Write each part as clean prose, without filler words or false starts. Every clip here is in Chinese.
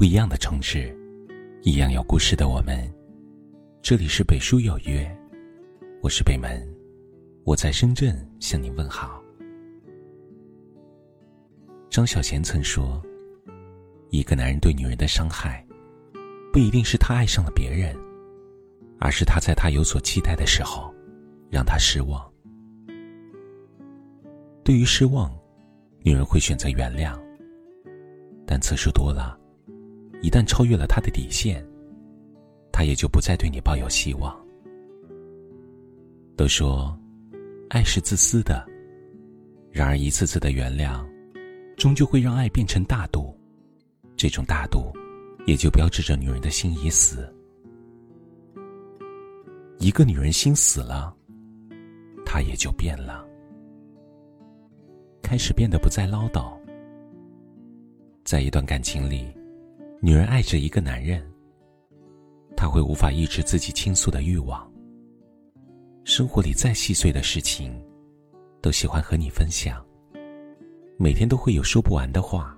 不一样的城市，一样有故事的我们。这里是北书有约，我是北门，我在深圳向您问好。张小娴曾说，一个男人对女人的伤害，不一定是他爱上了别人，而是他在他有所期待的时候，让他失望。对于失望，女人会选择原谅，但次数多了，一旦超越了他的底线，他也就不再对你抱有希望。都说爱是自私的，然而一次次的原谅终究会让爱变成大度，这种大度也就标志着女人的心已死。一个女人心死了，她也就变了，开始变得不再唠叨。在一段感情里，女人爱着一个男人，她会无法抑制自己倾诉的欲望，生活里再细碎的事情都喜欢和你分享，每天都会有说不完的话。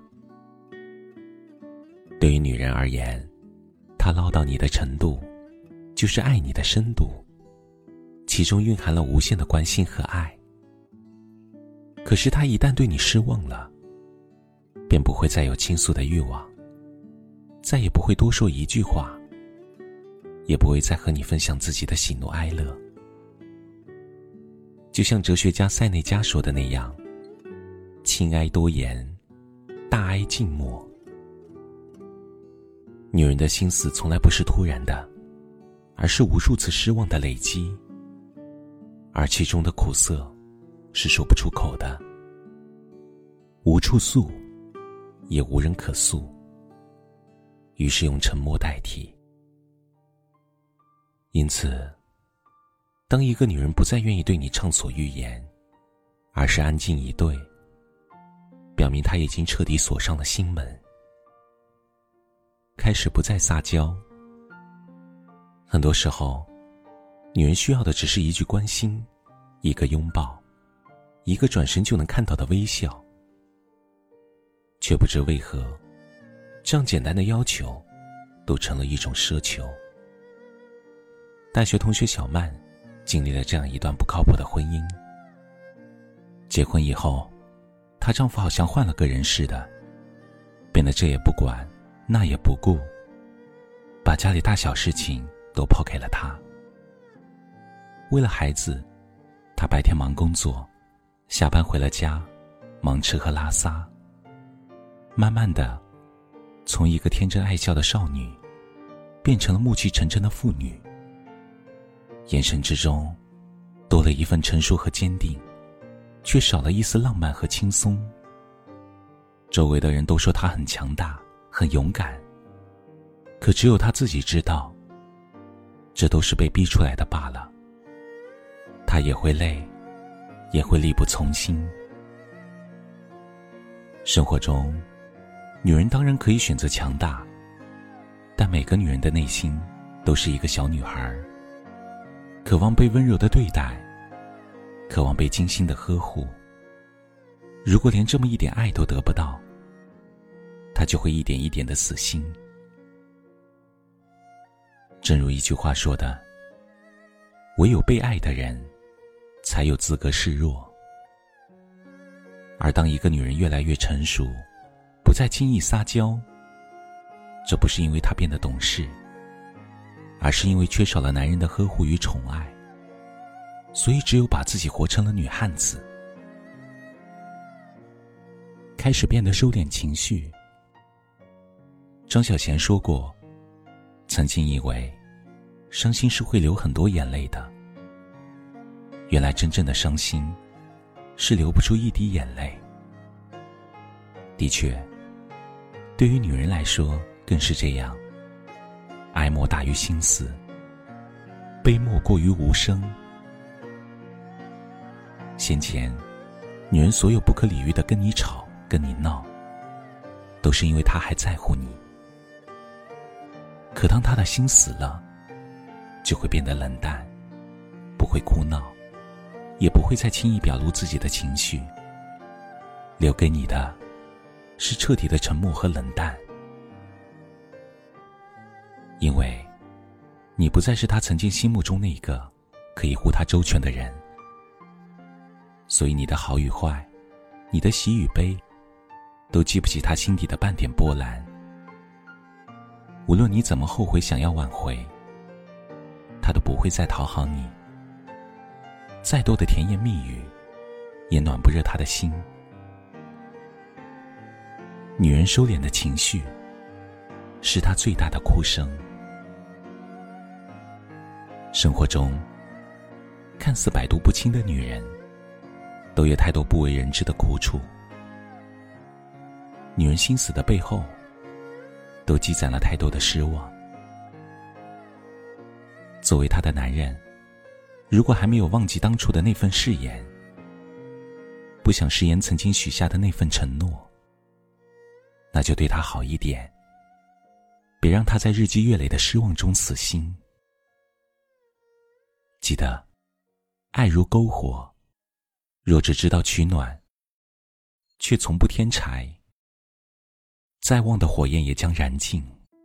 对于女人而言，她唠叨你的程度就是爱你的深度，其中蕴含了无限的关心和爱。可是她一旦对你失望了，便不会再有倾诉的欲望，再也不会多说一句话，也不会再和你分享自己的喜怒哀乐。就像哲学家塞内加说的那样，轻哀多言，大哀静默。女人的心思从来不是突然的，而是无数次失望的累积，而其中的苦涩是说不出口的，无处诉，也无人可诉，于是用沉默代替。因此，当一个女人不再愿意对你畅所欲言，而是安静以对，表明她已经彻底锁上了心门，开始不再撒娇。很多时候，女人需要的只是一句关心，一个拥抱，一个转身就能看到的微笑。却不知为何，这样简单的要求都成了一种奢求。大学同学小曼经历了这样一段不靠谱的婚姻。结婚以后，她丈夫好像换了个人似的，变得这也不管那也不顾，把家里大小事情都抛给了她。为了孩子，她白天忙工作，下班回了家忙吃喝拉撒。慢慢的，从一个天真爱笑的少女变成了暮气沉沉的妇女，眼神之中多了一份成熟和坚定，却少了一丝浪漫和轻松。周围的人都说她很强大很勇敢，可只有她自己知道，这都是被逼出来的罢了。她也会累，也会力不从心。生活中，女人当然可以选择强大，但每个女人的内心都是一个小女孩，渴望被温柔的对待，渴望被精心的呵护。如果连这么一点爱都得不到，她就会一点一点的死心。正如一句话说的，唯有被爱的人才有资格示弱。而当一个女人越来越成熟，不再轻易撒娇，这不是因为她变得懂事，而是因为缺少了男人的呵护与宠爱，所以只有把自己活成了女汉子，开始变得收敛情绪。张小娴说过，曾经以为伤心是会流很多眼泪的，原来真正的伤心是流不出一滴眼泪。的确，对于女人来说更是这样，哀莫大于心死，悲莫过于无声。先前女人所有不可理喻的跟你吵跟你闹，都是因为她还在乎你。可当她的心死了，就会变得冷淡，不会哭闹，也不会再轻易表露自己的情绪，留给你的是彻底的沉默和冷淡。 因为你不再是他曾经心目中那个可以护他周全的人，所以你的好与坏，你的喜与悲，都记不起他心底的半点波澜。无论你怎么后悔想要挽回，他都不会再讨好你，再多的甜言蜜语也暖不热他的心。女人收敛的情绪是她最大的哭声。生活中看似百毒不侵的女人，都有太多不为人知的苦楚。女人心死的背后，都积攒了太多的失望。作为她的男人，如果还没有忘记当初的那份誓言，不想食言曾经许下的那份承诺，那就对她好一点，别让她在日积月累的失望中死心。记得，爱如篝火，若只知道取暖，却从不添柴，再旺的火焰也将燃尽。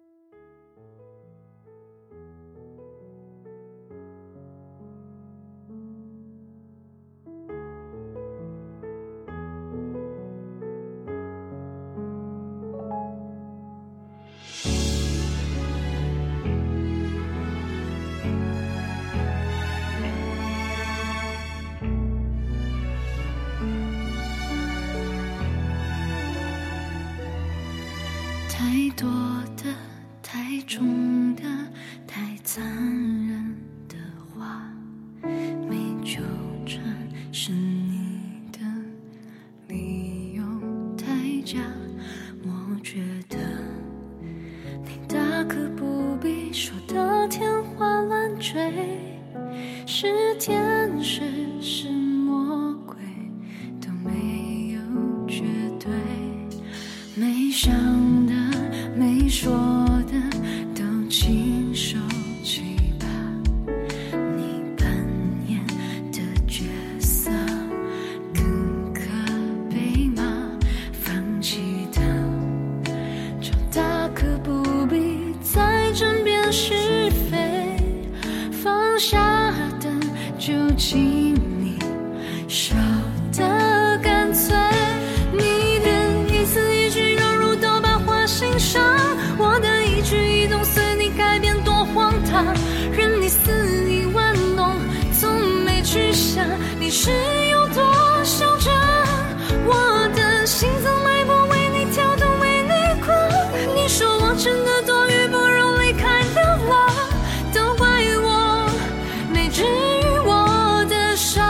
太多的、太重的、太残忍的话，没纠缠是你的理由太假。我觉得你大可不必说的天花乱坠，是天使是魔鬼都没有绝对，没想的没说的都请收起吧，你扮演的角色更可悲吗？放弃的就大可不必再争辩是非，放下的就请你少的干脆，你的一字一句融入都把话心上，我的一举一动随你改变多荒唐，任你肆意玩弄，从没去想你是有多嚣张，我的心脏脉搏为你跳动为你狂，你说我真的多余不如离开流浪，都怪我没治愈我的伤。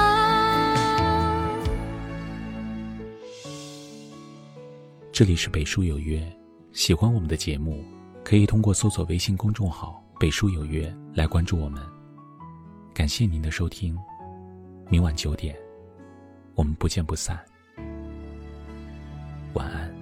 这里是北书有约，喜欢我们的节目，可以通过搜索微信公众号北书有约来关注我们。感谢您的收听，明晚9点我们不见不散，晚安。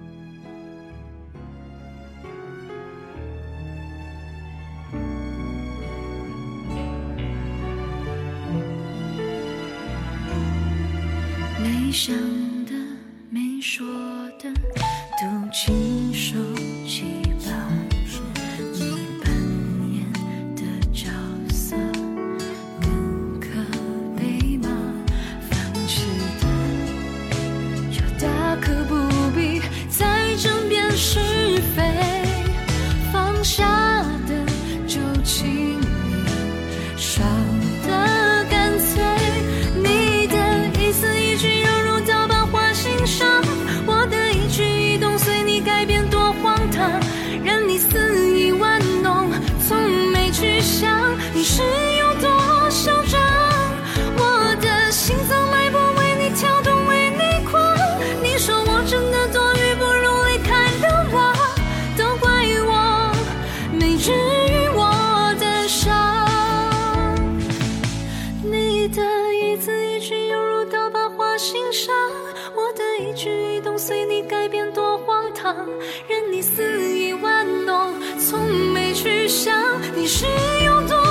没想的没说的都请收起吧，你扮演的角色更可悲吗？放弃的就大可不必再争辩是非，放下的就请你少的干脆，你的一字一句融入到把话心上，我的一举一动随你改变多荒唐，任你肆意玩弄，从没去想你是有多嚣张，我的心脏脉搏为你跳动为你狂，你说我真的多余不如离开流浪，都怪我没治愈我的伤，你的一字一句融入到把话心上，我的一举一动随你改变多荒唐，任你肆意玩弄，从没去想你是有多